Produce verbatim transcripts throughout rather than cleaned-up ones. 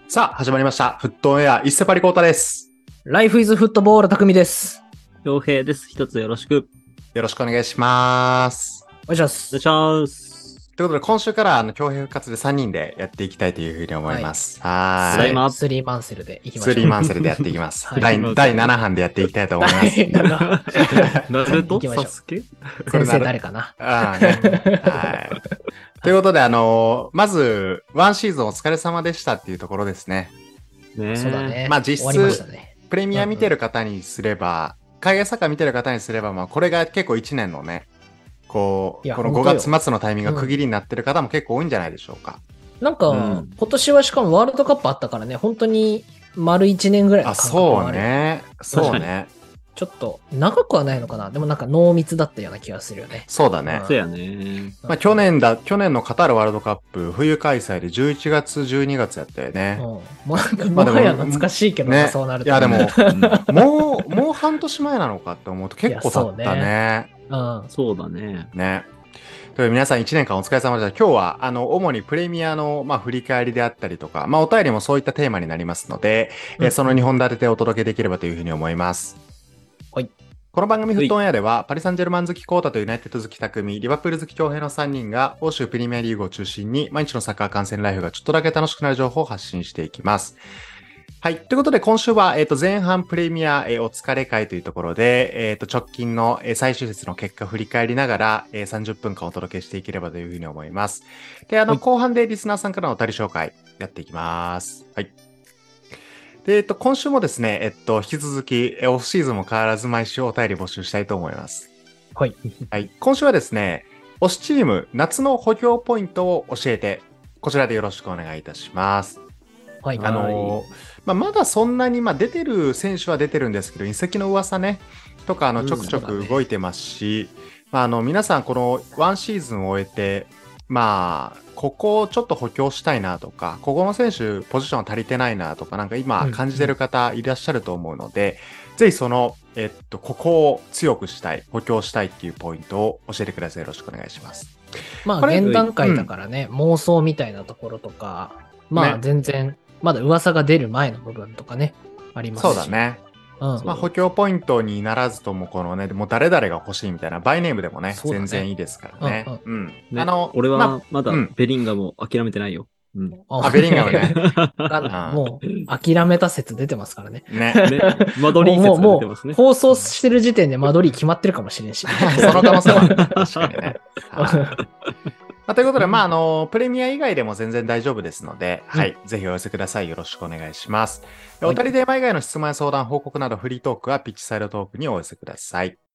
さあ、始まりました。フットオンエア、一世パリコータです。 ライフイズフットボール匠です。 陽平です。一つよろしく。 よろしくお願いします。 お願いします。 お願いします。 ということで、今週からあの強兵復活でさんにんでやっていきたいというふうに思います。はい。 はい。スリーマンセルでいきましょう。 スリーマンセルでやっていきます。はい、第, 第なな版でやっていきたいと思います。 ナルトサスケ先生誰かなああ、ね。はい。ということで、あのー、まず、ワンシーズンお疲れ様でしたっていうところですね。 ねそうだね。 まあ実質、ね、プレミア見てる方にすれば、うんうん、海外サッカー見てる方にすれば、まあこれが結構いちねんのね、こう、このごがつ末のタイミングが区切りになってる方も結構多いんじゃないでしょうか。 うん、なんか、うん、今年はしかもワールドカップあったからね、本当に丸いちねんぐらいの感覚がある。 あ、そうね。そうね。 ちょっと長くはないのかな。でもなんか濃密だったような気がするよね。 そうだね。 そうやね。 まあ去年だ、去年のカタールワールドカップ冬開催でじゅういちがつ、じゅうにがつやったよね。うん、 もうなんかもはや懐かしいけど、ね、そうなると。 いやでも、もう、もう半年前なのかって思うと結構経ったね。 うん。 そうだね。 ね。という皆さんいちねんかんお疲れ様でした。今日は、あの、主にプレミアの、まあ、振り返りであったりとか、まあ、お便りもそういったテーマになりますので、うん、えー、そのにほん立てでお届けできればというふうに思います。 はい。 この番組フットオンエアでは、パリ・サンジェルマン好きコータとユナイテッド好き匠、リバプール好き強兵のさんにんが、欧州プレミアリーグを中心に、毎日のサッカー観戦ライフがちょっとだけ楽しくなる情報を発信していきます。はい。ということで、今週は、えっと、前半プレミア、えー、お疲れ会というところで、えっと、直近の、えー、最終節の結果を振り返りながら、えー、さんじゅっぷんかんお届けしていければというふうに思います。で、あの、後半でリスナーさんからのお便り紹介、やっていきます。はい。で、えっと、今週もですね、えっと、引き続き、オフシーズンも変わらず毎週お便り募集したいと思います。 はい。 はい。今週はですね、推しチーム、夏の補強ポイントを教えて、こちらでよろしくお願いいたします。 はい。 あのー、まあ、まだそんなに、まあ、出てる選手は出てるんですけど、移籍の噂ね、とか、あの、ちょくちょく動いてますし、うんね、まあ、あの、皆さん、このワンシーズンを終えて、まあ、ここをちょっと補強したいなとか、ここの選手ポジション足りてないなとか、なんか今感じてる方いらっしゃると思うので、うんうん、ぜひその、えっと、ここを強くしたい、補強したいっていうポイントを教えてください。よろしくお願いします。 まあ、現段階だからね、うん、妄想みたいなところとか、まあ、全然、ね、まだ噂が出る前の部分とかね、ありますし。 そうだね。うん、まあ補強ポイントにならずともこのね、もう誰々が欲しいみたいなバイネームでも ね, ね全然いいですからね。うん、うんうん、 あの俺はまだベリンガムを諦めてないよ。うん、 あ、ベリンガムね。 もう諦めた説出てますからね。 ね。 ねマドリー説が出てますね。 もう放送してる時点でマドリー決まってるかもしれんし。 その可能性もある。確かにね。まあ、ということで、まあ、あの、プレミア以外でも全然大丈夫ですので、うん、はい。ぜひお寄せください。よろしくお願いします。はい、おたりテーマ以外の質問や相談、報告などフリートークはピッチサイドトークにお寄せください。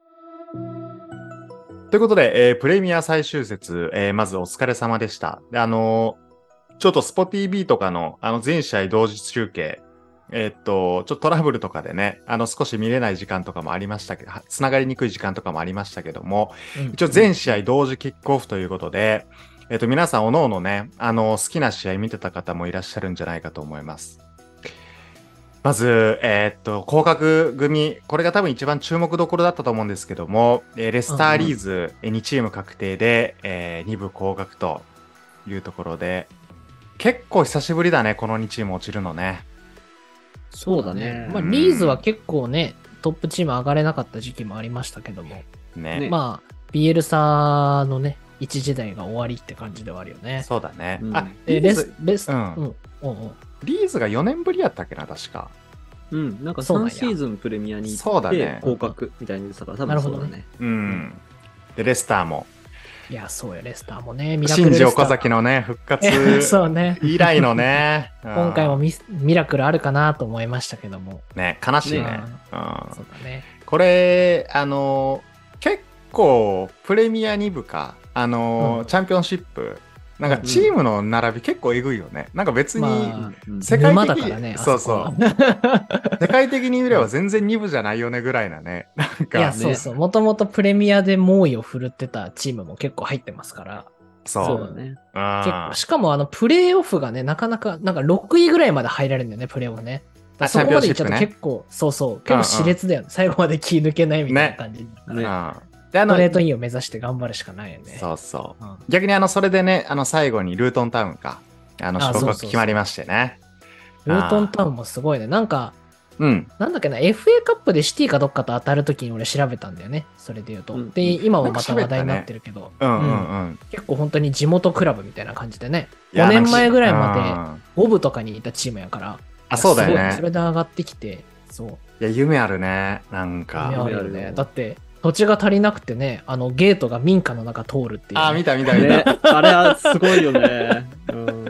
ということで、えー、プレミア最終節、えー、まずお疲れ様でした。で、あのー、ちょっとスポティービーとかの、あの、全試合同時中継、えー、っと、ちょっとトラブルとかでね、あの、少し見れない時間とかもありましたけど、つながりにくい時間とかもありましたけども、うん、一応全試合同時キックオフということで、えー、っと、皆さんおのおのね、あの、好きな試合見てた方もいらっしゃるんじゃないかと思います。まず、えー、っと、降格組、これが多分一番注目どころだったと思うんですけども、えー、レスターリーズにチーム確定で、えー、に部降格というところで、結構久しぶりだね、このにチーム落ちるのね。 そうだね。まあ、リーズは結構ね、トップチーム上がれなかった時期もありましたけども。 ね。 まあ、ビエルサのね、一時代が終わりって感じではあるよね。 そうだね。 うん、あ、リーズ、レス、うん。うん。うん。 リーズがよねんぶりやったっけな、確か。 うん。なんかさんシーズンプレミアに行って降格みたいに言ってたから、多分そうだね。 うん。で、レスターも。 いや、そうよ、レスターもね、ミラクルレスター。新庄岡崎のね、復活そうね以来のね。 今回も ミ, ミラクルあるかなと思いましたけども。 ね、悲しいね。 うん、そうだね。 これ、あの、結構、プレミアに部か、あの、うん、チャンピオンシップ、なんかチームの並び結構えぐいよね。なんか別に、世界的に、 ね、 そうそう。世界的に見れば全然に部じゃないよねぐらいなね。なんか、 いや、そうそう。もともとプレミアで猛威を振るってたチームも結構入ってますから。 そう。 そうだね。 結構、しかもあの、プレーオフがね、なかなか、なんかろくいぐらいまで入られるんだよね、プレーオフね。そこまでいっちゃうと結構、ね、そうそう。結構熾烈だよね。最後まで気抜けないみたいな感じ。 ね。ねでストレートインを目指して頑張るしかないよね。 そうそう。うん、逆にあの、それでね、あの、最後にルートンタウンか、あの、昇格決まりましてね。 ルートンタウンもすごいね。なんか、 うん。 なんだっけな、エフエー カップでシティかどっかと当たるときに俺調べたんだよね。それで言うと。うん、で、今もまた話題になってるけど。 うんうんうん。 結構本当に地元クラブみたいな感じでね。ごねんまえぐらいまでご部とかにいたチームやから。 あ、そうだよね。 それで上がってきて、そう。 いや、夢あるね。なんか。 夢あるね。だって、土地が足りなくてね、あのゲートが民家の中通るっていう、ね。 あ、見た見た見た。 ね、あれはすごいよね。うん、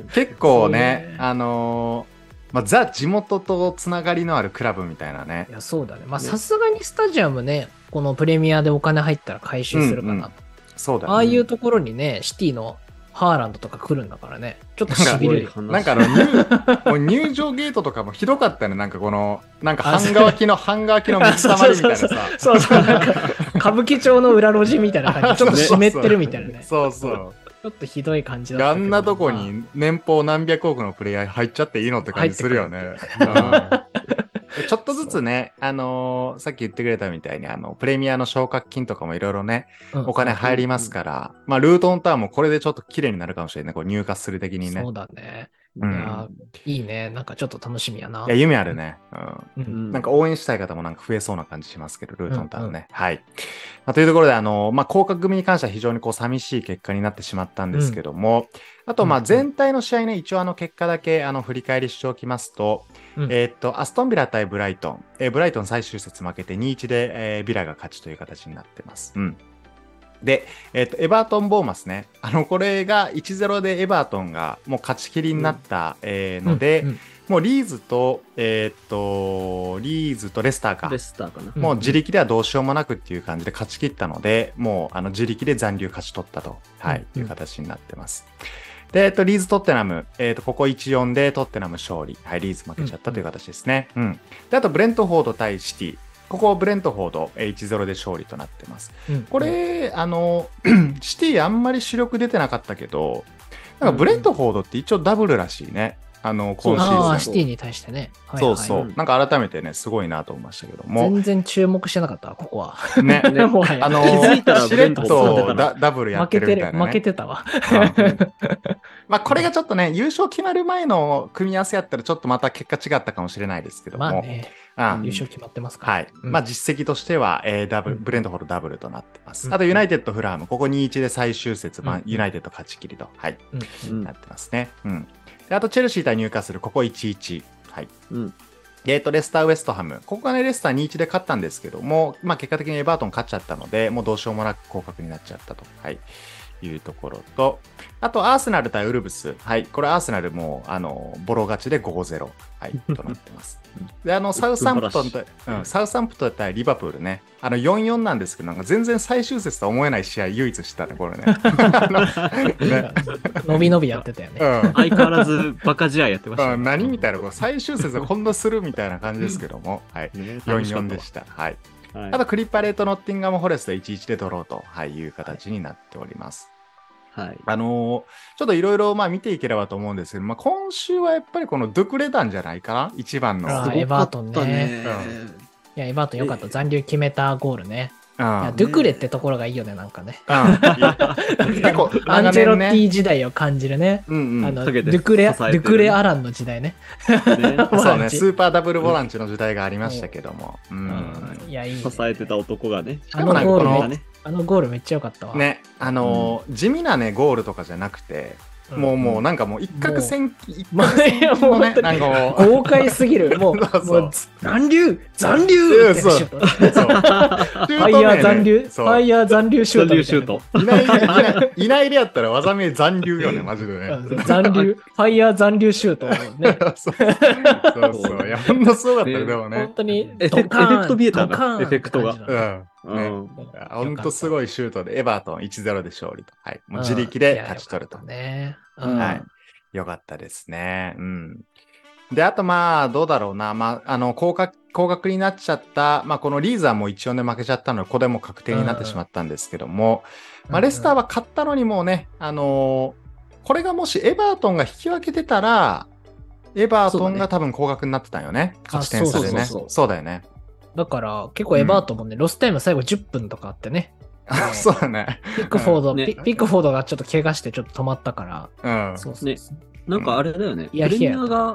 結構ね、ねあのー、まあ、ザ地元とつながりのあるクラブみたいなね。 いや、そうだね。まあ、さすがにスタジアムね、このプレミアでお金入ったら回収するかな。うんうん、 そうだね。 ああいうところにね、シティのハーランドとか来るんだからね。ちょっとしびれる。 なんかあの入、もう入場ゲートとかもひどかったね。なんかこの、なんか半乾きの、半乾きの水たまりみたいなさ。 そうそう。なんか、歌舞伎町の裏路地みたいな感じ。ちょっと湿ってるみたいなね。 そうそう。 ちょっとひどい感じだったけど。 あんなとこに年俸何百億のプレイヤー入っちゃっていいのって感じするよね。ちょっとずつね、あのー、さっき言ってくれたみたいに、あの、プレミアの奨学金とかもいろいろね、うん、お金入りますから、うん、まあ、ルートンタウンもこれでちょっと綺麗になるかもしれない。こう入荷する的にね。 そうだね。うん、いや、いいね。なんかちょっと楽しみやな。 いや、夢あるね。うん。うん、なんか応援したい方もなんか増えそうな感じしますけど、ルートンタウンね。うんうん、はい。まあ、というところで、あのー、まあ、降格組に関しては非常にこう寂しい結果になってしまったんですけども、うん、あと、まあ、全体の試合ね、一応あの結果だけ、あの、振り返りしておきますと、うん、えー、っと、アストンビラ対ブライトン。えー、ブライトン最終節負けてにたいいちで、えー、ビラが勝ちという形になってます。うん。で、えー、っと、エバートン・ボーマスね。あの、これが いちたいゼロ でエバートンがもう勝ち切りになった、うん、えー、ので、うんうん、もうリーズと、えー、っと、リーズとレスターか。 レスターかな。 もう自力ではどうしようもなくっていう感じで勝ち切ったので、もうあの自力で残留勝ち取ったと、はい、うん、いう形になってます。で、えっと、リーズ・トッテナム、えっと、ここ いちたいよん でトッテナム勝利。はい、リーズ負けちゃったという形ですね。うん、うん。で、あと、ブレントフォード対シティ。ここ、ブレントフォード、いちたいゼロ で勝利となってます。うん、これ、あの、シティあんまり主力出てなかったけど、なんかブレントフォードって一応ダブルらしいね。あの、今シーズン。 ああ、シティに対してね。 はいはい、そうそう。なんか改めてね、すごいなと思いましたけども。 全然注目してなかった、ここは。 ね。ねあの、気づいたらしれっとダダブルやってるみたいな、ね。 負けてたわ。 まあ、これがちょっとね、優勝決まる前の組み合わせやったら、ちょっとまた結果違ったかもしれないですけども。 まあね。ああ優勝決まってますから。 はい。うん、まあ、実績としては、えー、ダブル、ブレントフォードダブルとなってます。うん、あと、ユナイテッド・フラーム、ここ にたいいち で最終節、まあ、ユナイテッド勝ち切りと、はい、うん、なってますね。うん。であと、チェルシー対ニューカッスル、ここ いちたいいち。はい。うん。えっと、レスター・ウェストハム。ここがね、レスター にたいいち で勝ったんですけども、まあ、結果的にエバートン勝っちゃったので、もうどうしようもなく降格になっちゃったと。はい。いうところと、あと、アーセナル対ウルブス。はい。これ、アーセナルも、あの、ボロ勝ちで ごたいゼロ。はい。となってます。で、あの、サウサンプトン対、うん、サウサンプトン対リバプールね。あの、よんたいよん なんですけど、なんか全然最終節とは思えない試合唯一したね、これね。 ね伸び伸びやってたよね。 うん、相変わらずバカ試合やってました、ね。 うん、何みたいな、こう最終節はこんなするみたいな感じですけども、はい。ね、よんたいよんでした。はい。はい、あと、クリパレート・ノッティンガム・フォレスト いちたいいち でドローと、はい、いう形になっております。はい、あのー、ちょっといろいろ見ていければと思うんですけど、まあ、今週はやっぱりこのドゥクレタンじゃないかな一番の。 あエバートンね、うん、いやエバートンよかった。残留決めたゴールね。いやドゥクレってところがいいよね、なんかね。うん、結構アンジェロッティ時代を感じるね。うんうん、あのドゥクレ、ドゥクレアランの時代ね。 ねそうね、スーパーダブルボランチの時代がありましたけども。うんうん、いや、いい、ね。 支えてた男がね。 あのゴールね。あのゴールめっちゃ良かったわ。 ね、あのーうん、地味なね、ゴールとかじゃなくて、うん、もうもうなんかもう一攫千金、 もうね、なんかもう豪快すぎる。もう、そうそうもう残留残留ってシュート。ファイヤー残留、ファイヤー残留シュート。 いない、いない、いないでやったら技名残留よね、マジでね。 残留、ファイヤー残留シュート。ね、 そうそうそう。いや、ほんとすごかったよ、でもね。 本当にエフェクト見えたな、エフェクトが。 うんね、ほんとすごいシュートでエバートン いちたいゼロ で勝利と、はい、もう自力で勝ち取ると、 うんねうん、はい、よかったですね。うん、であとまあどうだろうな、まああの降格降格になっちゃった、まあこのリーザーもいちたいよんで負けちゃったのでここでも確定になってしまったんですけども、うんまあ、レスターは勝ったのにもうね、あのー、これがもしエバートンが引き分けてたらエバートンが多分降格になってたんよね、勝ち点差でね。そうだよね。 だから結構エバートンもね、うん、ロスタイム最後じゅっぷんとかあってね。 そうだね。 ピックフォード、うんね、ピ, ピックフォードがちょっと怪我してちょっと止まったから。 うん。そうそうそうね。なんかあれだよね。プレミアが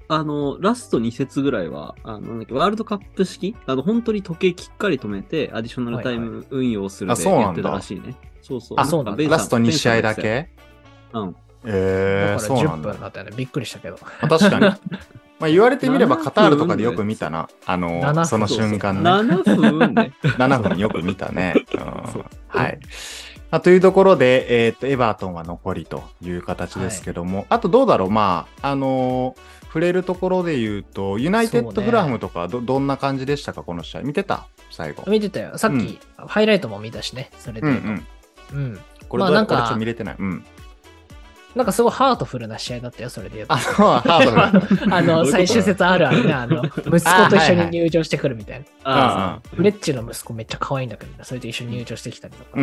あの、ラストに節ぐらいは、あの、なんだっけワールドカップ式あの、本当に時計きっかり止めて、アディショナルタイム運用するでやってたらしいね。そうそう。 あ、そうなんだ。ラストに試合だけうん。 えー、そうなんだ。 じゅっぷんだったよね。びっくりしたけど。 確かに。まあ言われてみればカタールとかでよく見たな。あの、その瞬間ね。 ななふんね。 ななふんよく見たね。うん、はい。まあ、というところで、えっと、エバートンは残りという形ですけども、はい、あとどうだろう、まあ、あのー、触れるところで言うと、ユナイテッドフラムとかど、どんな感じでしたか、この試合。見てた最後。 見てたよ。さっき、うん、ハイライトも見たしね、それで言うと。うん、うん。うん。これ、まあ、なんか、これちょっと見れてない。うん。なんかすごいハートフルな試合だったよ、それで言うと。 あ、ハートフル。 あの、最終節あるあるね、あの、息子と一緒に入場してくるみたいな。ああフレッチの息子めっちゃ可愛いんだけど、それと一緒に入場してきたりとか。 うんうん。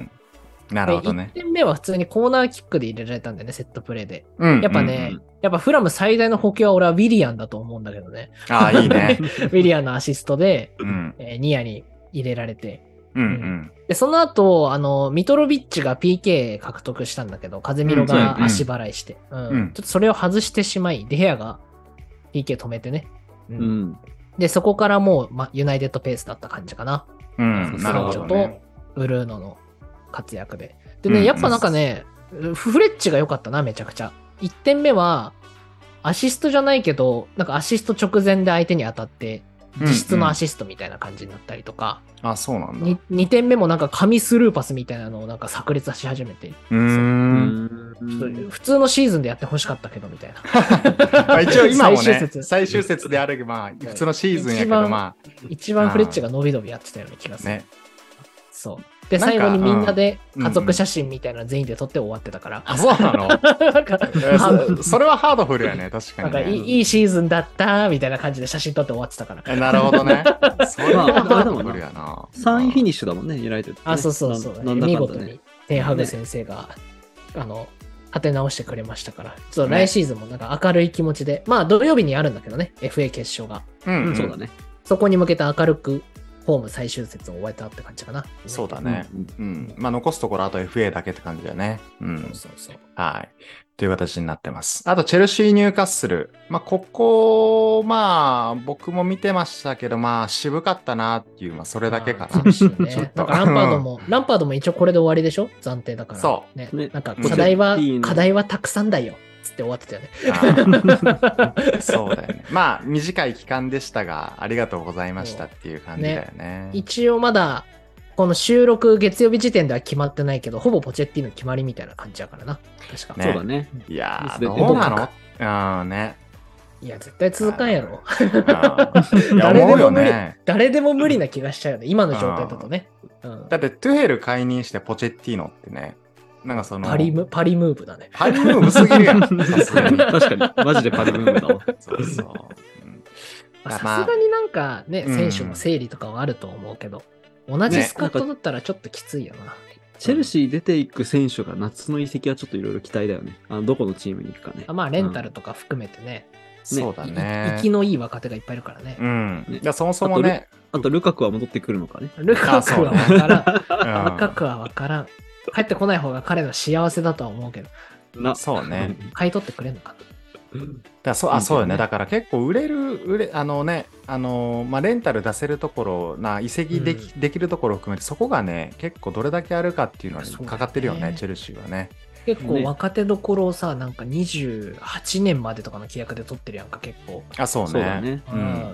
なるほどね。 いってんめは普通にコーナーキックで入れられたんだよね、セットプレーで。うん、やっぱね、うんうん、やっぱフラム最大の補強は俺はウィリアンだと思うんだけどね。 ああ、いいね。 ウィリアンのアシストで、うんえー、ニアに入れられて。 うんうん、 で、その後、あの、ミトロビッチが ピーケー 獲得したんだけど、カゼミロが足払いして、うんうんうん、ちょっとそれを外してしまい、デヘアが ピーケー 止めてね。うんうん、で、そこからもう、ま、ユナイテッドペースだった感じかな。 うん、なるほどね。 と、ブルーノの活躍で。でね、やっぱなんかね、うん、フレッチが良かったな、めちゃくちゃ。いってんめは、アシストじゃないけど、なんかアシスト直前で相手に当たって、実質のアシストみたいな感じになったりとか。 うんうん、あ、そうなんだ。 に, にてんめもなんか神スルーパスみたいなのをなんか炸裂し始めて。 うーん普通のシーズンでやってほしかったけどみたいな。一応今もね、最終節、最終節である、まあ、普通のシーズンやけど、まあ。 一番フレッチが伸び伸びやってたような気がする。ね。そう。で、最後にみんなで家族写真みたいなの全員で撮って終わってたから。 うんうん、あ、そうなのなんかそ, それはハードフルやね、確かに、ね。 なんかいい、いいシーズンだったみたいな感じで写真撮って終わってたから。 なるほどね。それはハードフルやな。 さんいフィニッシュだもんね、ユナイテッド、ね。 あ、そうそうそう。ね、見事にテンハグ先生が、ね、あの、立て直してくれましたから。ちょっと来シーズンもなんか明るい気持ちで、ね、まあ土曜日にあるんだけどね、エフエー 決勝が。 うん、うん、そうだね。 そこに向けて明るく、ホーム最終節を終えたって感じかな。 そうだね。うん。うん、まあ残すところあと エフエー だけって感じだよね。うん。 そうそうそう。 はい。という形になってます。あと、チェルシー・ニューカッスル。まあ、ここ、まあ、僕も見てましたけど、まあ、渋かったなっていう、まあ、それだけかな。 厳しいね。ちょっとランパードも、ランパードも一応これで終わりでしょ暫定だから。 そう。ね。なんか、課題は、課題はたくさんだよ。つって終わってたよね。そうだよね。まあ、短い期間でしたが、ありがとうございましたっていう感じだよね。ね一応まだ、この収録月曜日時点では決まってないけど、ほぼポチェッティの決まりみたいな感じやからな。確か。 ね、そうだね。 いやー、どうなのあーね。 いや、絶対続かんやろ。誰でも無理、ね、誰でも無理な気がしちゃうよね。今の状態だとね。 うん、だって、トゥヘル解任してポチェッティノってね。なんかそのパリム、パリムーブだね。 パリムーブすぎるやん。さすがに。 確かに。マジでパリムーブだわ。 そうそう。 さすがになんかね、うん、選手の整理とかはあると思うけど、同じスカットだったらちょっときついよな。ね、 チェルシー出ていく選手が夏の移籍はちょっといろいろ期待だよね。あのどこのチームに行くかね。 あまあ、レンタルとか含めてね。 うん、そうだね。 生きのいい若手がいっぱいいるからね。 うん。ね、いやそもそもね。 あと、あとルカクは戻ってくるのかね。 ルカクはわからん。ルカクはわからん。帰ってこない方が彼の幸せだとは思うけど。 なそうね。 買い取ってくれんのかな。 だそうあそうよね。だから結構売れる売れあのねあのまあレンタル出せるところな移籍でき、うん、できるところを含めてそこがね結構どれだけあるかっていうのにかかってるよね、ねチェルシーはね。 結構若手どころをさなんかにじゅうはちねんまでとかの契約で取ってるやんか結構。 あそうね。そうだね。 うん、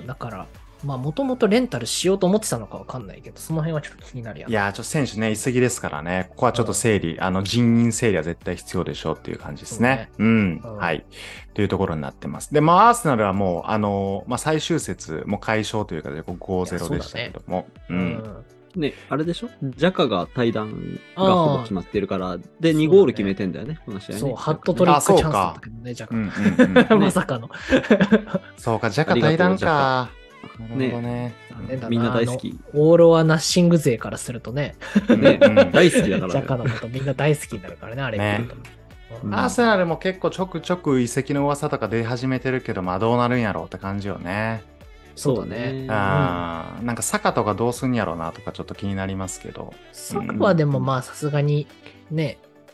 だからまあもともとレンタルしようと思ってたのかわかんないけどその辺はちょっと気になるやん。 いやーちょっと選手ね移籍ですからねここはちょっと整理、うん、あの人員整理は絶対必要でしょうっていう感じですね。うねうん、うん、はいというところになってます。でまあアーセナルはもうあのー、まあ最終節も快勝というかで ごたいゼロ でしたけども。うね、うんね、あれでしょジャカが対談がほぼ決まってるから、で、にゴール決めてんだよね、この試合ね。 そう、ハットトリックチャンスだったけどね、ジャカ。うんうんうん、まさかの。 そうか、ジャカ対談か。なるほどね。 ねみんな大好き。 オーロアナッシング勢からするとね。 ねうん、大好きだから、ね。 ジャカのことみんな大好きになるからね、あれ見ると。ねうん、アーセナルも結構ちょくちょく移籍の噂とか出始めてるけど、まあどうなるんやろうって感じよね。 そうだね。 あうん、なんか坂とかどうすんやろうなとかちょっと気になりますけど。 坂はでもまあさすがにね、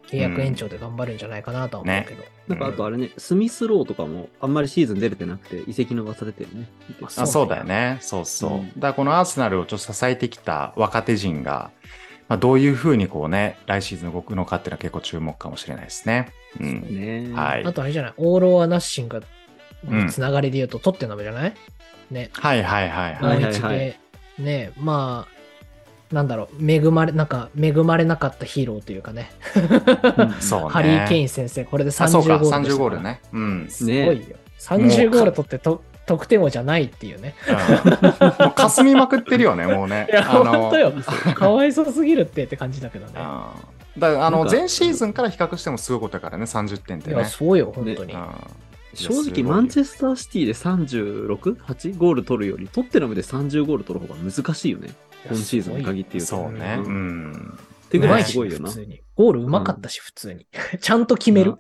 契約延長で頑張るんじゃないかなとは思うけど。ね、 なんかあとあれね、スミスローとかもあんまりシーズン出れてなくて移籍の噂出てるね。 あ、そうだよね。そうそう。うん、だからこのアーセナルをちょっと支えてきた若手陣が、まあ、どういうふうにこうね、来シーズン動くのかっていうのは結構注目かもしれないですね。うん。 ね、 はい。 あとあれじゃない、オール・オア・ナッシングのつながりで言うと、トッテナムじゃないね。 はいはいはいはい。 もう一で、ね、まあ、なんだろう、恵まれ、なんか、恵まれなかったヒーローというかね。 そうね。 ハリー・ケイン先生、これでさんじゅうゴール。 さんじゅうゴールね。うん。 すごいよ。さんじゅうゴール取ってと、得点王じゃないっていうね。 うん、もう霞みまくってるよね、もうね。 いや、あの本当よ。かわいそうすぎるってって感じだけどね。 あだからあの前シーズンから比較してもすごいことだからね、さんじゅってんってね。 いや、そうよ、本当に。 正直、マンチェスターシティでさんじゅうろく、はちゴール取るより、トッテナムでさんじゅうゴール取る方が難しいよね。今シーズンに限って言うと。 そうね。うん。 ってぐらいすごいよな。 普通に。ゴールうまかったし、普通に。ちゃんと決める。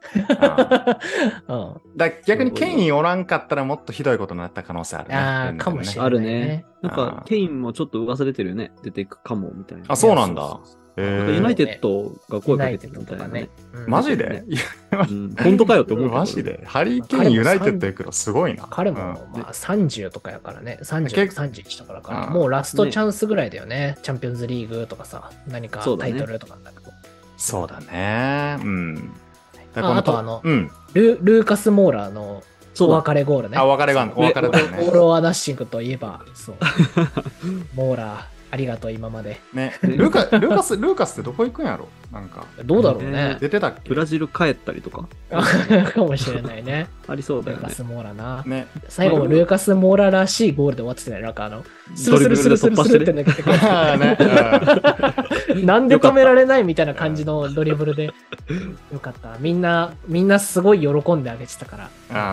だ逆にケインおらんかったらもっとひどいことになった可能性あるね。 ああ、かもしれない。 あるね。なんか、ケインもちょっと噂出てるよね。出ていくかも、みたいな。 あ、そうなんだ。ユナイテッドが声かけてるみたいなね。 マジで本当かよって思う。 マジでハリー・ケインユナイテッド行くのすごいな。 彼もまあさんじゅうとかやからね。さんじゅう、さんじゅういちとかだから、もうラストチャンスぐらいだよね。チャンピオンズリーグとかさ、何かタイトルとかだけど。 そうだね。うん。 あとあの、ルーカス・モーラーのお別れゴールね。 あ、お別れゴール。お別れゴールね。 オール・オア・ナッシングといえば、そう。モーラー。ありがとう、今まで。 ね。ルーカ、ルーカス、ルーカスってどこ行くんやろなんか。 どうだろうね。 出てたっけブラジル帰ったりとかかもしれないね。 ありそうだよね。 ルーカス・モーラな。 ね。 最後もルーカス・モーラらしいゴールで終わってたね。なんかあの、スルスルスルスルスルって抜けてくる。なんで止められないみたいな感じのドリブルで。よかった。みんな、みんなすごい喜んであげてたから。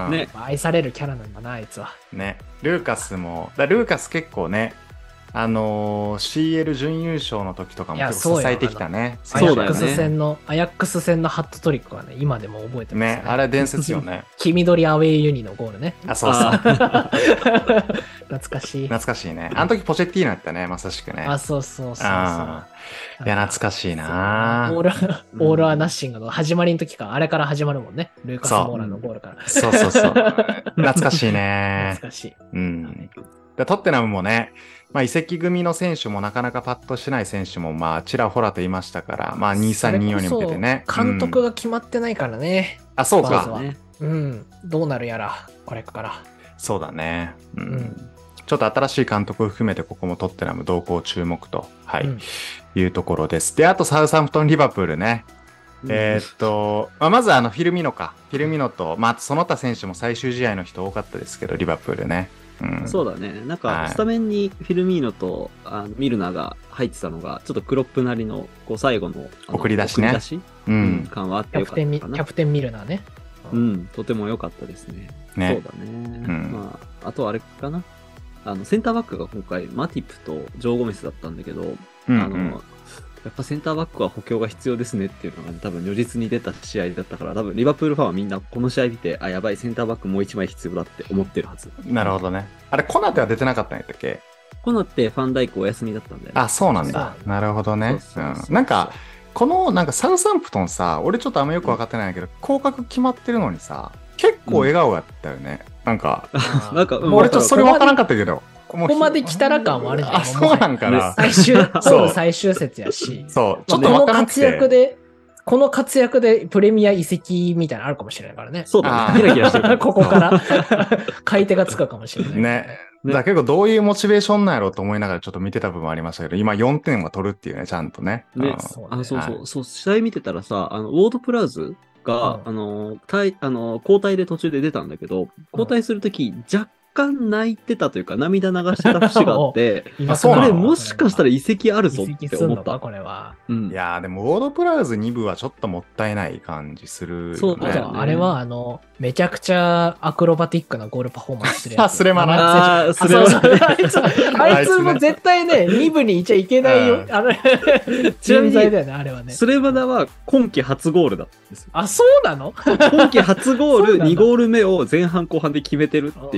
ね。愛されるキャラなんだな、あいつは。 ね。ルーカスも、だルーカス結構ね、あのー、シーエル 準優勝の時とかも結構支えてきたね。 アヤックス戦の、アヤックス戦のハットトリックはね、今でも覚えてますね。 ね、あれ伝説よね。 黄緑アウェイユニのゴールね。 あ、そうそう。 懐かしい。 懐かしいね。あの時ポチェッティーノやったね、まさしくね。 あ、そうそうそうそう。 いや、懐かしいなオール、オールアナッシングの始まりの時か、あれから始まるもんね。ルーカス・モーラのゴールから。 そうそうそう。懐かしいね。 懐かしい。 うん。トッテナムもね、まあ、移籍組の選手もなかなかパッとしない選手もまあちらほらといましたから、まあにさんにーよんに向けてね。 監督が決まってないからね。 うん、あ、そうか。 うん。どうなるやら、これから。 そうだね。うん。うん、ちょっと新しい監督を含めてここもトッテナム動向注目と、はい、うん、いうところです。で、あとサウサンプトン・リバプールね。うん、えー、っと、まあ、まずあのフィルミノか。フィルミノと、まあ、その他選手も最終試合の人多かったですけど、リバプールね。うん、 そうだね。なんか、スタメンにフィルミーノと、あのミルナが入ってたのが、ちょっとクロップなりの、こう、最後の、 送り出しね。 送り出し、うん、感はあってよかったかな。 キャプテンミルナね。 うん、とても良かったですね。ねそうだね。うん、まあ、あとあれかな。あの、センターバックが今回、マティプとジョー・ゴメスだったんだけど、うんうん、あの、やっぱセンターバックは補強が必要ですねっていうのが、ね、多分如実に出た試合だったから、多分リバプールファンはみんなこの試合見て、あ、やばい、センターバックもう一枚必要だって思ってるはず。 なるほどね。あれ、コナテは出てなかったんやったっけ？ コナテ、ファンダイクお休みだったんだよね。 あ、そうなんだ。なるほどね。なんか、この、なんかサウサンプトンさ、俺ちょっとあんまよく分かってないんだけど、降格決まってるのにさ、結構笑顔やったよね。うん、なんか、なんか、俺ちょっとそれ分からんかったけど。 ここまで来たら感はあるじゃん。 あ、そうなんかな。 最終、そう最終節やし。 そう。ちょっと分からんくて。 この活躍で、この活躍でプレミア移籍みたいなのあるかもしれないからね。 そうだね。キラキラしてる。 ここから買い手がつくかもしれない。 ね。だから結構どういうモチベーションなんやろうと思いながらちょっと見てた部分ありましたけど、今よんてんは取るっていうね、ちゃんとね。 ね。あ、そうそう。そう、試合見てたらさ、あの、ウォードプラウズが、あの、あの、交代で途中で出たんだけど、交代するとき、若干泣いてたというか涙流してた節があってこれもしかしたら移籍あるぞって思った。 これは、 うん、いやーでもウォードプラウズに部はちょっともったいない感じするよね。 そうだね。あれはあのめちゃくちゃアクロバティックなゴールパフォーマンスしてるやつ。 あ、スレマナ。 あ、スレマナ。あいつも絶対ねに部にいちゃいけないよ。あれ人材だよねあれはね。 スレマナは今季初ゴールだったんですよ。 あ、そうなの？ 今季初ゴールにゴール目を前半後半で決めてるっていうね。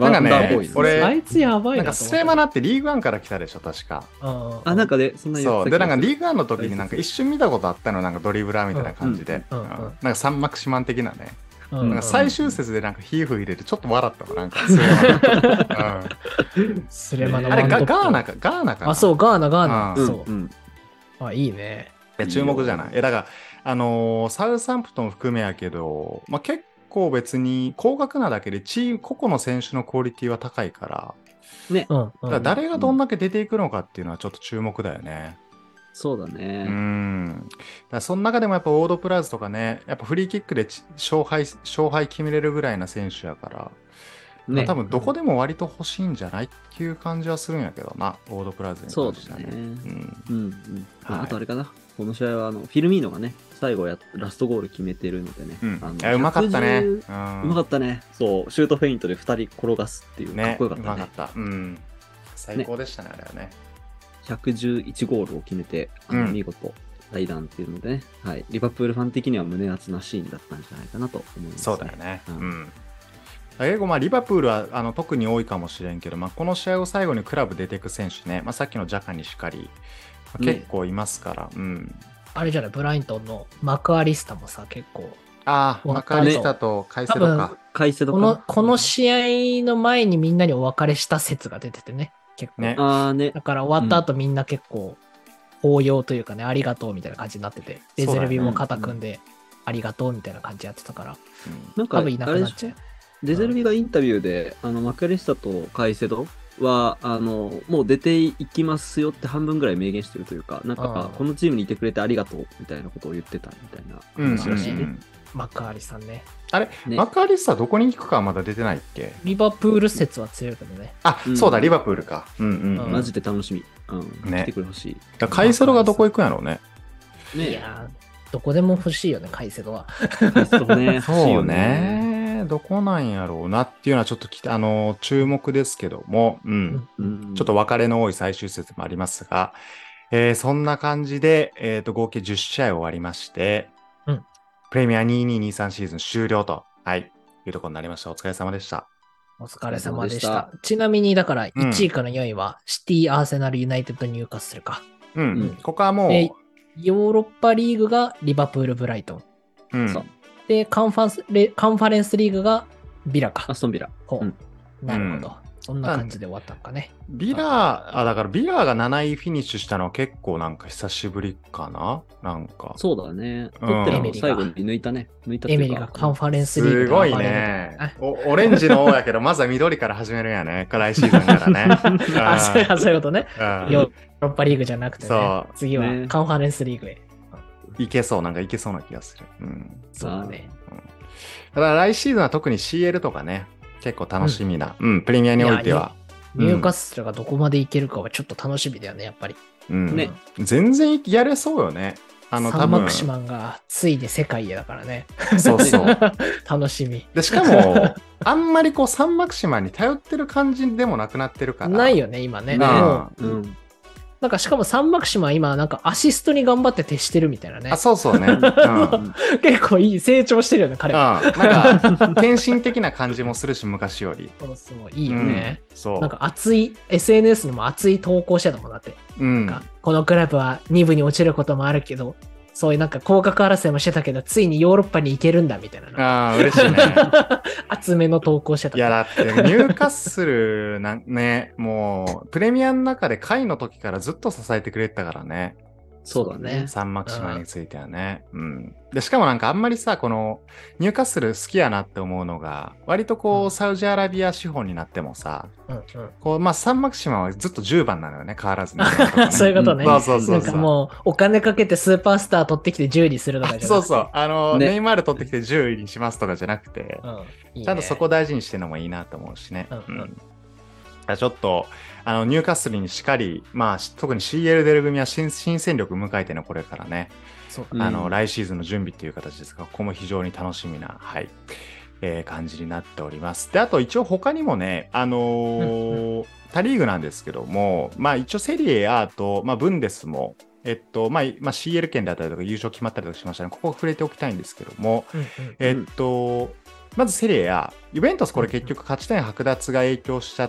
なんかね、俺、 あいつやばいな。 なんかスレマナってリーグワンから来たでしょ、確か。 あ、なんかで、そんなそう。で、なんかリーグワンの時になんか一瞬見たことあったの、なんかドリブラーみたいな感じで。なんかサンマクシマン的なね。なんか最終節でなんかヒーフ入れてちょっと笑ったわ、なんかスレマナ。 スレマナ。 あれ、ガーナか、ガーナか。 あ、そう、ガーナ、ガーナ。そう。あ、いいね。 注目じゃない。え、だから、あのサウサンプトン含めやけど、まあ結構別に高額なだけでチーム個々の選手のクオリティは高いから、 ね、 だから誰がどんだけ出ていくのかっていうのはちょっと注目だよね。 そうだね。 うん。だからその中でもやっぱオードプラズとかね、やっぱフリーキックで勝敗勝敗決めれるぐらいな選手やから、ね、まあ、多分どこでも割と欲しいんじゃないっていう感じはするんやけどな、オードプラズに関してはね。 そうだね。うん。うん。はい、あとあれかな。この試合はあのフィルミーノがね、最後やラストゴール決めてるのでね。 うん、あのうまかったね。うまかったね。そう、シュートフェイントでふたり転がすっていう、ね、かっこよかったね。うまかった。 うん。最高でしたね、ねあれはね。 ひゃくじゅういちゴールを決めて、あの見事、対談っていうのでね、はい、リバプールファン的には胸熱なシーンだったんじゃないかなと思います、ね。 そうだよね。うん。うん英語まあリバプールはあの特に多いかもしれんけど、まあ、この試合を最後にクラブ出ていく選手ね、まあ、さっきのジャカにしかり、まあ、結構いますから、ね、うん、 あれじゃない、ブライトンのマクアリスタもさ、結構。 ああ、マクアリスタとカイセドか。 カイセドかこの。この試合の前にみんなにお別れした説が出ててね、結構。 ね、 あねだから終わった後みんな結構、抱擁というかね、ありがとうみたいな感じになってて、デゼルビも肩組んで、ありがとうみたいな感じやってたから、うん、 なんか多分いなくなっちゃう。 デゼルビがインタビューで、あのマクアリスタとカイセドはあのもう出ていきますよって半分ぐらい明言してるというか、なんかこのチームにいてくれてありがとうみたいなことを言ってたみたいな話らしいね。うんうんうん、 マクアリさんね。 あれ、ね、マクアリスタどこに行くかまだ出てないっけ？ リバプール説は強いけどね。 あ、うん、そうだ、リバプールか。うんうんうん、 マジで楽しみ。うん、ね、来てくれほしい。 カイセドがどこ行くんやろうね。 ねいやどこでも欲しいよね、カイセドは。 カイセドね、 そうね。どこなんやろうなっていうのはちょっときあの注目ですけども、うんうん、ちょっと別れの多い最終節もありますが、えー、そんな感じで、えー、と合計じゅっしあい終わりまして、うん、プレミアにせんにじゅうに にじゅうさんシーズン終了と、はい、いうところになりました。お疲れ様でした。 お疲れ様でした。ちなみにだからいちいからよいは、うん、シティ、アーセナル、ユナイテッド、ニューカッスルか。 うん、うん、ここはもうヨーロッパリーグがリバプール、ブライトン。 うん、そうでカンファレ、カンファレンスリーグがビラか。 アストンビラ。 ほう、うん、なるほど、うん。そんな感じで終わったのかね。 ビラ、あ、だからビラがなないフィニッシュしたのは結構なんか久しぶりかななんか。 そうだね。トッテナム最後に抜いたね。抜いたエメリがカンファレンスリーグすごいね。お。オレンジの王やけど、まずは緑から始めるんやね。来シーズンからね。 あ、そういうそういうことね。ヨーロッパリーグじゃなくてね。次はカンファレンスリーグへ。 いけそう、なんかいけそうな気がする。うん、 そうだね。 うん、だから来シーズンは特に シーエル とかね、結構楽しみな、うん、うん、プレミアにおいては。 ニューカッスルがどこまでいけるかはちょっと楽しみだよね、やっぱり。 うん、ね、全然やれそうよね。 あの、サンマクシマンがついに世界へだからね。 そうそう。 楽しみ。 で、しかも、あんまりこう、サンマクシマンに頼ってる感じでもなくなってるから。 ないよね、今ね。 ねもう、うんなんかしかもサンマクシマン今なんかアシストに頑張って徹してるみたいなね。 あ、そうそうね。うん、 結構いい成長してるよね彼は。 うん、なんか献身的な感じもするし昔より。 そうそういいよね。 うん、そうなんか熱い エスエヌエス にも熱い投稿してたもんだって。うん、なんかこのクラブはに部に落ちることもあるけど。そういうなんか降格争いもしてたけど、ついにヨーロッパに行けるんだみたいな。 ああ、嬉しいね。 厚めの投稿してた。 いや、だって、ニューカッスルな、ね、もう、プレミアの中で下位の時からずっと支えてくれてたからね。 そうだね。 サンマクシマについてはね。うん。で、しかもなんかあんまりさ、この、ニューカッスル好きやなって思うのが、割とこう、うん、サウジアラビア資本になってもさ、うんうん、こう、まあ、サンマクシマはずっとじゅうばんなのよね、変わらずに、ね。 そういうことね。 そうそうそうそう。 なんかもう、お金かけてスーパースター取ってきてじゅういにするとかじゃなくて。 そうそう。あの、ね、ネイマール取ってきてじゅういにしますとかじゃなくて、うんいいね、ちゃんとそこ大事にしてるのもいいなと思うしね。うん、うんちょっと、あの、ニューカッスルにしっかり、まあ、特に シーエル 出る組は 新, 新戦力迎えてのこれからね、そうあの、うん、来シーズンの準備っていう形ですが、ここも非常に楽しみな、はい、えー、感じになっております。で、あと一応他にもね、あのーうんうん、他リーグなんですけども、まあ一応セリエ A と、まあブンデスも、えっと、まあ、まあ、シーエル 圏であったりとか優勝決まったりとかしましたね。ここ触れておきたいんですけども、うんうんうん、えっと、 まずセリエ や、ユベントスこれ結局勝ち点剥奪が影響しちゃって、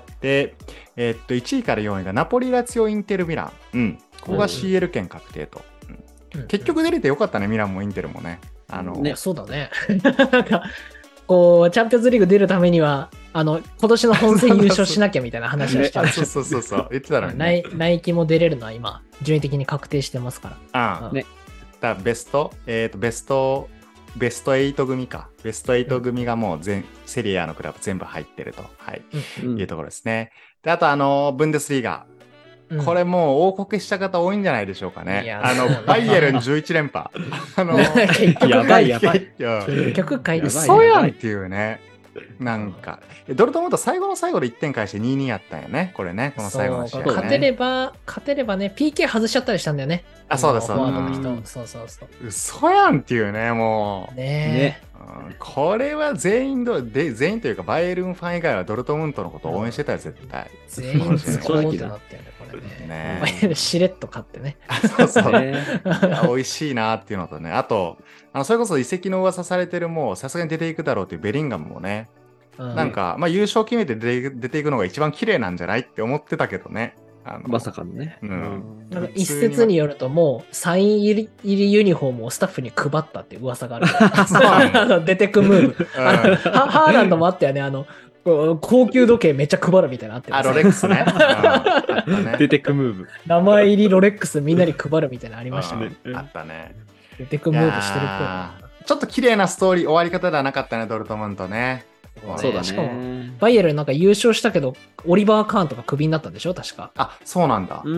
えー、っと、いちいからよんいがナポリ、ラツィオ、インテル、ミラン。うん。ここが シーエル 権確定と。うんうん、結局出れてよかったね、ミランもインテルもね。あのね、そうだね。なんか、こう、チャンピオンズリーグ出るためには、あの、今年の本戦優勝しなきゃみたいな話をしちゃう。 そうそうそうそう、言ってたのに、 ね。ナイキも出れるのは今、順位的に確定してますから。 ああ、うん、ね。だベスト、えっ、ー、と、ベスト、ベストはち組か。ベストはち組がもう全、うん、セリアのクラブ全部入ってると、はい、うん、いうところですね。で、あと、あの、ブンデスリーガ。これもう王国した方多いんじゃないでしょうかね。あの、バイエルンじゅういち連覇。あの、 結局やばいやばい。結局回でそうやんっていうね。なんか、ドルトムント最後の最後でいってん返してにたいにやったんよね。これね、この最後の試合、ね。 勝てれば、勝てればね、ピーケー 外しちゃったりしたんだよね。 あ、そうです、 フォワードの人。そうそうそう。 嘘やんっていうね、もう。 ねね。 うん、これは全員どで、全員というか、バイエルンファン以外はドルトムントのことを応援してたよ、絶対。 全員正直ってなったよね、これね。ねしれっと勝ってね。 そうそう。ね、美味しいなっていうのとね、あと、あのそれこそ移籍の噂されてるもう、さすがに出ていくだろうっていうベリンガムもね、うん、なんか、まあ、優勝決めて出て、出ていくのが一番綺麗なんじゃないって思ってたけどね。 あのまさかのね。 うん。なんか一説によると、もうサイン入り入りユニフォームをスタッフに配ったっていう噂がある。あの出てくムーブ。うん、ハーランドもあったよね。あの高級時計めっちゃ配るみたいなのあって、 あ、ロレックスね。 うんね、出てくムーブ。 名前入りロレックスみんなに配るみたいなのありましたね。 あったね。 出てくムーブしてるっぽい。ちょっと綺麗なストーリー終わり方ではなかったね、ドルトムントね。 そうだね。 しかも、バイエルンなんか優勝したけど、オリバー・カーンとかクビになったんでしょ確か。 あ、そうなんだ。うん。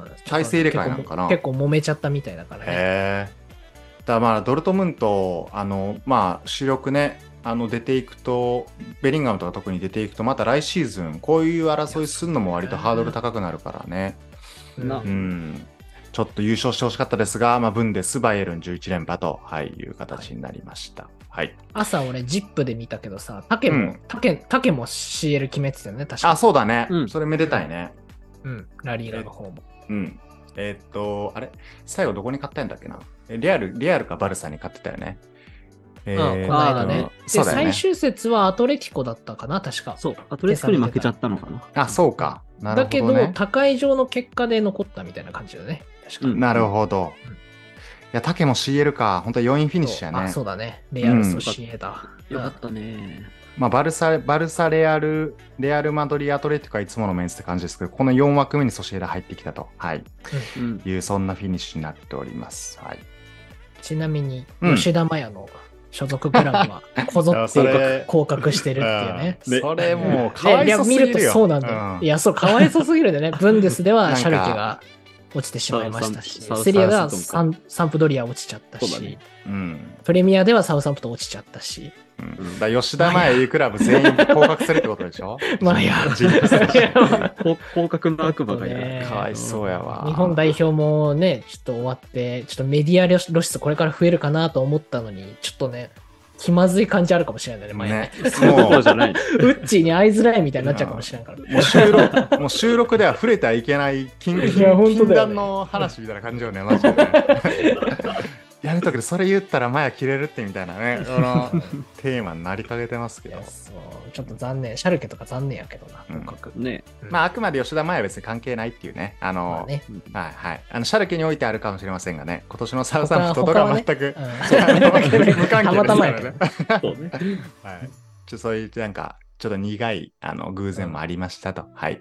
体制入れ替えなのかな結構揉めちゃったみたいだからね。 へー。だからまあ、ドルトムント、あの、まあ、主力ね、あの、出ていくと、ベリンガムとか特に出ていくと、また来シーズン、こういう争いするのも割とハードル高くなるからね。うん。うんちょっと優勝してほしかったですが、まあ、ブンデス、バイエルンじゅういち連覇と、はい、いう形になりました。はい。 朝俺、ジップで見たけどさ、タケも、うん、タケ、タケも シーエル 決めてたよね、確かに。 あ、そうだね。うん、それめでたいね。 うん、ラリーガの方も。 うん。えー、っと、あれ最後どこに勝ったんだっけなリアル、リアルかバルサに勝ってたよね。 えー、この間ね。で、最終節はアトレティコだったかな、確か。 そう、アトレティコに負けちゃったのかな。 あ、そうか。なるほど、ね。 だけど、他会場の結果で残ったみたいな感じだね。確かに。 なるほど。うん、いや、タケも シーエル か。本当はよんいフィニッシュやね。 あ、そうだね。レアルと シーエル だ。 うん、よかったね。 まあ、バルサ、バルサ、レアル、レアルマドリー、アトレティコはいつものメンツって感じですけど、このよん枠目にソシエダ入ってきたと。はい。うん、いう、そんなフィニッシュになっております。はい。 ちなみに、吉田麻也の、所属クラブはこぞって降格してるっていうね。 それもうかわいそすぎるよ。 見るとそうなんだよ。いや、そう、かわいそすぎるんでね。ブンデスではシャルケが落ちてしまいましたし、セリアではサン、サンプドリア落ちちゃったし、うん、プレミアではサウサンプトン落ちちゃったし。 うん、だ吉田麻也いうクラブ全員降格するってことでしょまあいや、 降格の悪魔がいる。 かわいそうやわ。 日本代表もね、ちょっと終わって、ちょっとメディア露出これから増えるかなと思ったのに、ちょっとね、気まずい感じあるかもしれないね、前ね。 そう、じゃない。ウッチーに会いづらいみたいになっちゃうかもしれないから。 もう収録、もう収録では触れてはいけない禁断の話みたいな感じよね、マジで、ね。やめとけど、それ言ったらマヤ切れるってみたいなね、そのテーマになりかけてますけど。 そうちょっと残念、シャルケとか残念やけどな、とにかく。 ね。まあ、あくまで吉田麻也は別に関係ないっていうね。あの、まあね、はいはい。あの、シャルケにおいてあるかもしれませんがね、今年のサウサンプトンとかは全く、ね、無関係ですからね。そうね。はい。ちょそういう、なんか、ちょっと苦い、あの、偶然もありましたと、うん、はい、はい。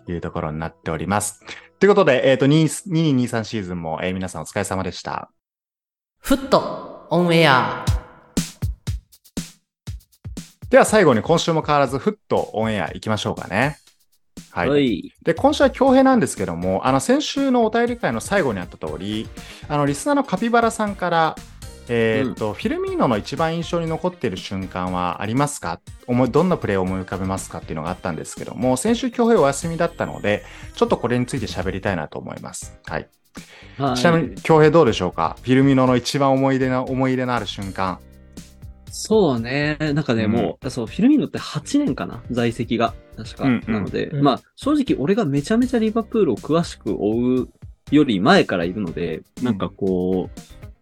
いうところになっております。ということで、えっと、にじゅうににじゅうさんシーズンも、えー、皆さんお疲れ様でした。 フットオンエア。 では最後に今週も変わらずフットオンエア行きましょうかね。はい。はい、で、今週は恭平なんですけども、あの先週のお便り会の最後にあった通り、あのリスナーのカピバラさんから、えーっと、うん、フィルミーノの一番印象に残っている瞬間はありますか？思いどんなプレーを思い浮かべますかっていうのがあったんですけども、先週恭平お休みだったので、ちょっとこれについて喋りたいなと思います。はい。はい、ちなみに恭平どうでしょうか？フィルミノの一番思い出の思い入れのある瞬間。 そうね、なんかね、うん、もうそうフィルミノってはちねんかな、在籍が確か、うんうん、なので、うん、まあ正直俺がめちゃめちゃリバプールを詳しく追うより前からいるので、うん、なんかこう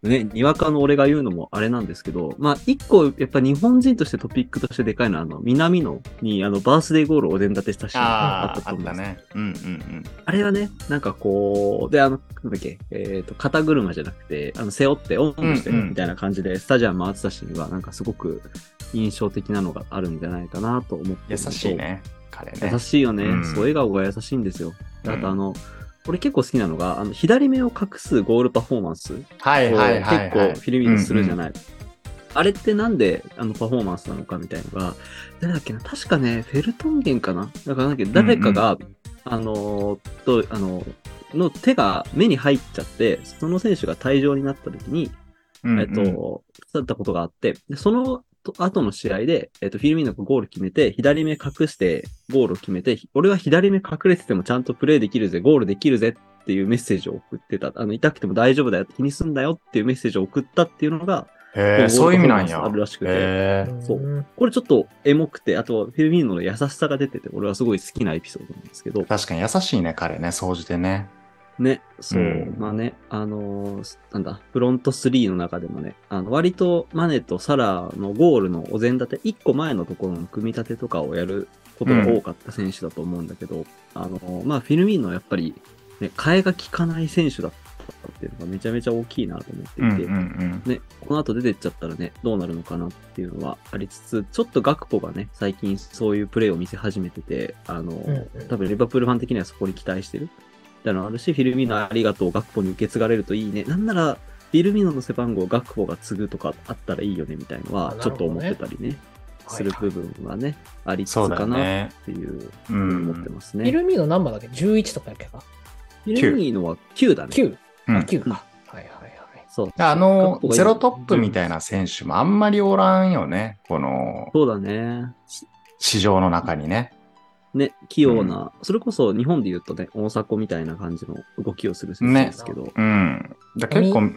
ね、にわかの俺が言うのもあれなんですけど、まあ、一個、やっぱ日本人としてトピックとしてでかいのは、あの、南野に、あの、バースデーゴールをお膳立てしたシーンがあったと思うんです。ああ、あったね。うんうんうん。あれはね、なんかこう、で、あの、なんだっけ、えっと、肩車じゃなくて、あの、背負って、オンとしてるみたいな感じで、スタジアム回ってたシーンは、なんかすごく印象的なのがあるんじゃないかなと思って。 優しいね、彼ね。 優しいよね。うん、そう、笑顔が優しいんですよ。あと、あの、うん俺結構好きなのが、あの、左目を隠すゴールパフォーマンス。 はいはいはい、はい。 結構フィルミーノするじゃない。うんうん、あれってなんであのパフォーマンスなのかみたいのが、誰だっけな、確かね、フェルトンゲンかなだからなんか誰かが、うんうん、あのー、と、あのー、の手が目に入っちゃって、その選手が退場になった時に、うんうん、えっと、だったことがあって、でその後の試合で、えっと、フィルミーノがゴール決めて、左目隠してゴールを決めて、俺は左目隠れててもちゃんとプレーできるぜ、ゴールできるぜっていうメッセージを送ってた。あの、痛くても大丈夫だよ、気にすんだよっていうメッセージを送ったっていうのが、 へー、そういう意味なんや。 あるらしくて。そう。これちょっとエモくて、あと、フィルミーノの優しさが出てて、俺はすごい好きなエピソードなんですけど。 確かに優しいね、彼ね、総じてね。 ね、そう、うん、まあね、あのー、なんだ、フロントスリーの中でもね、あの、割とマネとサラのゴールのお膳立て、一個前のところの組み立てとかをやることが多かった選手だと思うんだけど、うん、あのー、まあ、フィルミーノはやっぱり、ね、替えが効かない選手だったっていうのがめちゃめちゃ大きいなと思っていて、うんうんうん、ね、この後出てっちゃったらね、どうなるのかなっていうのはありつつ、ちょっとガクポがね、最近そういうプレーを見せ始めてて、あのー、うんうん、多分リバプールファン的にはそこに期待してる。みたいなのあるし、フィルミーノありがとう、ガクポに受け継がれるといいね。なんなら、フィルミーノの背番号をガクポが継ぐとかあったらいいよね、みたいのは、ちょっと思ってたりね、ねする部分はね、はいはい、ありつつかなっていうふうに思ってますね。 フィルミーノ何番だっけ ?じゅういち とかやっけか。 フィルミーノはきゅうだね。 きゅう。あ、きゅうか。うん、はいはいはい。 そう。あの、ゼロトップみたいな選手もあんまりおらんよね。この、 そうだね。 市場の中にね。 ね、器用な、うん、それこそ日本で言うとね、大迫みたいな感じの動きをする選手ですけど。ね、 うん。だ結構、うん。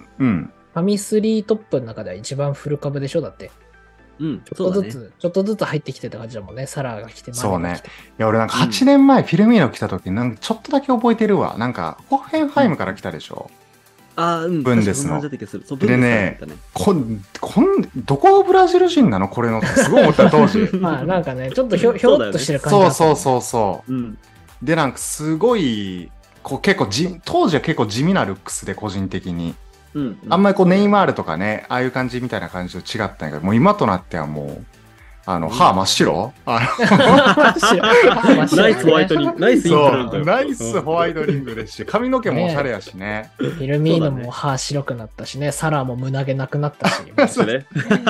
ファミスリートップの中では一番フル株でしょだって。 うん、 ちょっとずつ、ね、ちょっとずつ入ってきてた感じだもんね。サラーが来て、 そうね。いや、俺なんかはちねんまえフィルミーノ来た時、なんかちょっとだけ覚えてるわ。なんか、ホッヘンハイムから来たでしょ。 うん、ああ、うん。 ブンデスの。でね、こん、こん、どこのブラジル人なのこれのってすごい思った当時。 まあなんかね、ちょっとひょ、ひょろっとしてる感じ、 ね。そうそうそうそう。うん、で、なんかすごい、こう結構じ、当時は結構地味なルックスで個人的に。うんうん、あんまりこうネイマールとかね、ああいう感じみたいな感じと違ったんやけど、もう今となってはもう、あの、歯真っ白ナイスホワイトニング。ナイスインプラント。 ナイスホワイトニングですし、髪の毛もおしゃれやしね。 フィルミーノも歯白くなったしね、サラも胸毛なくなったし。 そうね。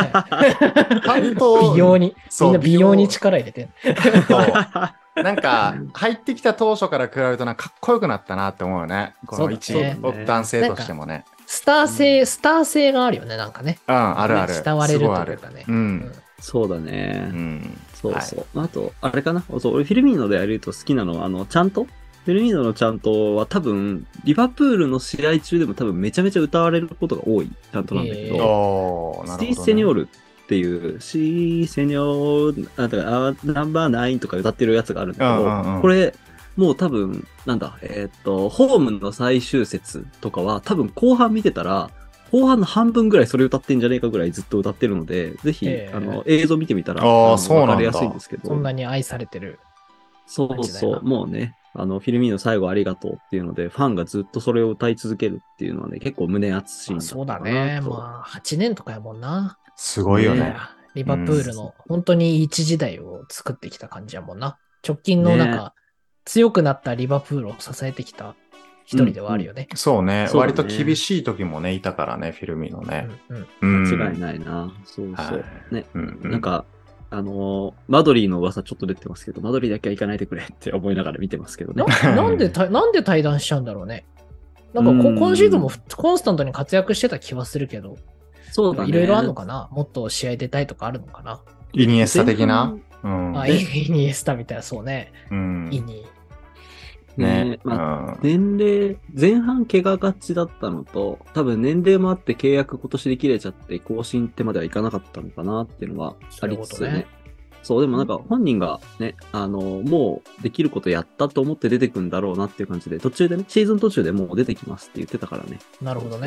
美容に、みんな美容に力入れて。 なんか、入ってきた当初から比べるとなんかかっこよくなったなって思うよね。この一男性としてもね。 スター性、スター性があるよね、なんかね。 うん、あるある。 慕われるというかね。 うん。 そうだね。うん。そうそう。はい、あと、あれかなそう、俺フィルミーノでやると好きなのは、あの、ちゃんとフィルミーノのちゃんとは多分、リバプールの試合中でも多分めちゃめちゃ歌われることが多いちゃんとなんだけど、えー、スティー・セニョールっていう、シー・セニョール、あ、だからあナンバーナインとか歌ってるやつがあるんだけど、うんうんうん、これ、もう多分、なんだ、えー、っと、ホームの最終節とかは多分後半見てたら、後半の半分ぐらいそれ歌ってんじゃねえかぐらいずっと歌ってるので、ぜひ、えー、あの映像見てみたらわかりやすいんですけど。 そんなに愛されてる。 そうそう、もうね、あのフィルミーノ最後ありがとうっていうので、ファンがずっとそれを歌い続けるっていうのはね、結構胸熱シーンだったそうだね。まあ、はちねんとかやもんな。 すごいよね。ねリバプールの本当に一時代を作ってきた感じやもんな。直近のなんか、ね、強くなったリバプールを支えてきた。一人ではあるよね。 うん、そうね。そうね。割と厳しい時もね、いたからね、フィルミーノね。 うんうん、間違いないな。そうそう。はい、ね、うんうん。なんか、あのー、マドリーの噂ちょっと出てますけど、マドリーだけは行かないでくれって思いながら見てますけどね。 な, なんで、なんで対談しちゃうんだろうね。なんかこ、今シーズンもコンスタントに活躍してた気はするけど、 そうだね。 いろいろあるのかな。もっと試合出たいとかあるのかな。 イニエスタ的な、 うん、あ、イニエスタみたいな、そうね。うん、イニね、まあ、年齢、前半怪我がちだったのと、多分年齢もあって契約今年で切れちゃって更新ってまではいかなかったのかなっていうのはありつつね。そういうことね。そう、でもなんか本人がね、あの、もうできることやったと思って出てくんだろうなっていう感じで、途中でね、シーズン途中でもう出てきますって言ってたからね。 なるほどね。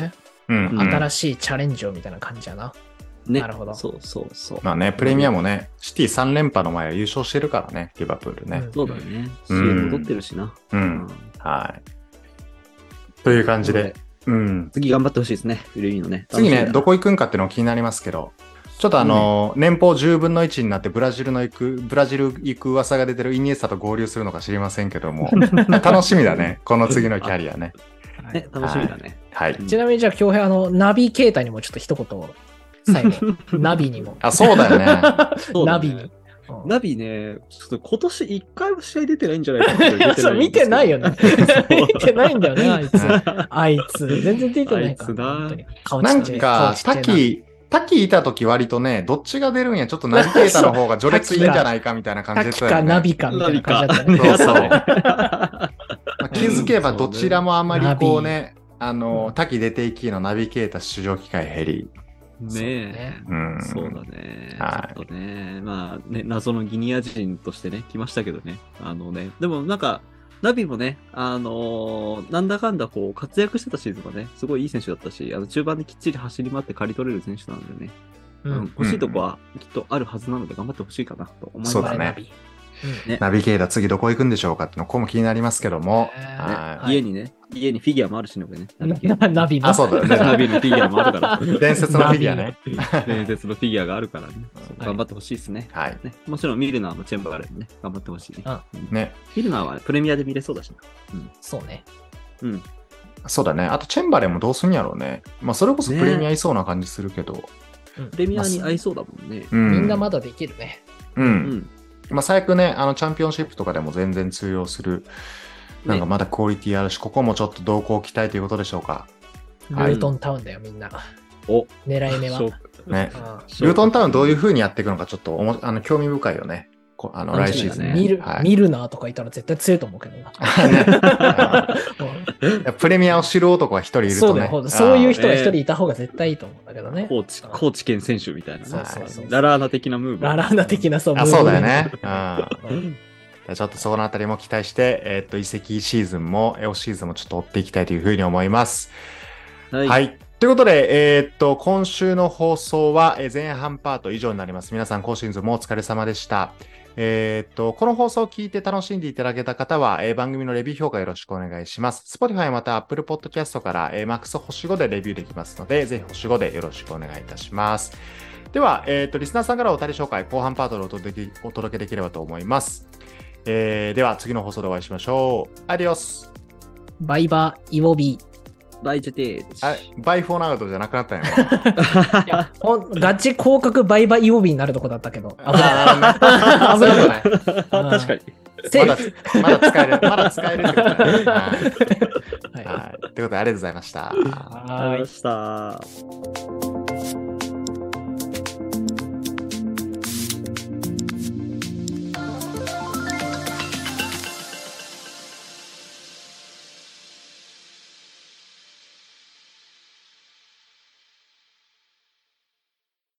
うん、新しいチャレンジをみたいな感じやな。 ね、 なるほど。 そうそうそう。 まあね、プレミアもね、シティさん連覇の前は優勝してるからね、リバプールね。 うん、そうだね。シーエム 戻ってるしな。 うん。うん、はい。という感じで、うん。 次頑張ってほしいですね、プレミアのね。 次ね、どこ行くんかっていうの気になりますけど、ちょっとあの、うん、年俸じゅうぶんのいちになってブラジルの行く、ブラジル行く噂が出てるイニエスタと合流するのか知りませんけども、楽しみだね、この次のキャリアね。 ね、楽しみだね。 はい。はい、 ちなみにじゃあ、恭平、あの、ナビ形態にもちょっと一言、最後、ナビにも。 あ、そうだよね。 ナビに。 ナビね、ちょっと今年一回も試合出てないんじゃないかって出てない。 見てないよね。見てないんだよね、あいつ。あいつ。全然出てないから。 あいつな。なんか、滝、滝いた時割とね、どっちが出るんや、ちょっとナビゲーターの方が序列いいんじゃないかみたいな感じでしたよね。 滝かナビかみたいな感じだったね。 そうそう。まあ、気づけばどちらもあまりこうね、あの、滝出ていきのナビゲーター出場機会減り。 ねえ、うん、そうだね。はい、ちょっとね、まあね、謎のギニア人としてね、来ましたけどね。あのね、でもなんか、ナビもね、あのー、なんだかんだこう、活躍してたシーズンがね、すごいいい選手だったし、あの中盤できっちり走り回って刈り取れる選手なんでね、うん、欲しいとこはきっとあるはずなので頑張ってほしいかなと思います。 そうだね。うん、ね、ナビゲーター次どこ行くんでしょうかっていうのこも気になりますけども、 ね、家にね、家にフィギュアもあるしね、ねナビの。 あ、そうだね。 ナビのフィギュアもあるから。 伝説のフィギュアね。 伝説のフィギュアがあるからね。頑張ってほしいですね。 はい。 ね、もちろんミルナーもチェンバーレンもね、頑張ってほしいね。 うん、ね。 ミルナーはプレミアで見れそうだしな。 うん。そうね。 うん。 そうだね。あとチェンバレンもどうすんやろうね。まあそれこそプレミアいそうな感じするけど。ね、 プレミアに合いそうだもんね。 うん、みんなまだできるね。 うん。うんまあ、最悪ね、あの、チャンピオンシップとかでも全然通用する、なんかまだクオリティあるし、ね、ここもちょっと動向期待ということでしょうか。 ルートンタウンだよ、みんな。 お狙い目は。 ね。ルートンタウンどういう風にやっていくのか、ちょっとおもあの興味深いよね。あの、来シーズン、ね。 見る、はい、見るなとか言ったら絶対強いと思うけどな。 ね、プレミアを知る男が一人いるとね。 そうだ、そういう人が一人いた方が絶対いいと思うんだけどね。 コーチ、コーチ兼選手みたいな、ね。そうそうそう。ララーナ的なムーブ。 ララーナ的なそう、 あ、そうだよね。うん。ちょっとそのあたりも期待して、えー、っと、移籍シーズンも、オフシーズンもちょっと追っていきたいというふうに思います。はい。はい、ということで、えー、っと、今週の放送は前半パート以上になります。皆さん、今シーズンもお疲れ様でした。えー、っと、この放送を聞いて楽しんでいただけた方は、えー、番組のレビュー評価よろしくお願いします。Spotify また Apple Podcast から、えー、マックス星ごでレビューできますので、ぜひ星ごでよろしくお願いいたします。では、えー、っと、リスナーさんからお便り紹介、後半パートでお届け、お届けできればと思います。えー、では、次の放送でお会いしましょう。アディオス。 バイバイオビ。 バイジェテーあバイフォーナウトじゃなくなったよね。 いやガチ広角バイバイイオビになるとこだったけど。危ない。危ない。確かに。 まだ、まだ使える。まだ使えるってことだね。はい。はい。ということでありがとうございました。 ありがとうございました。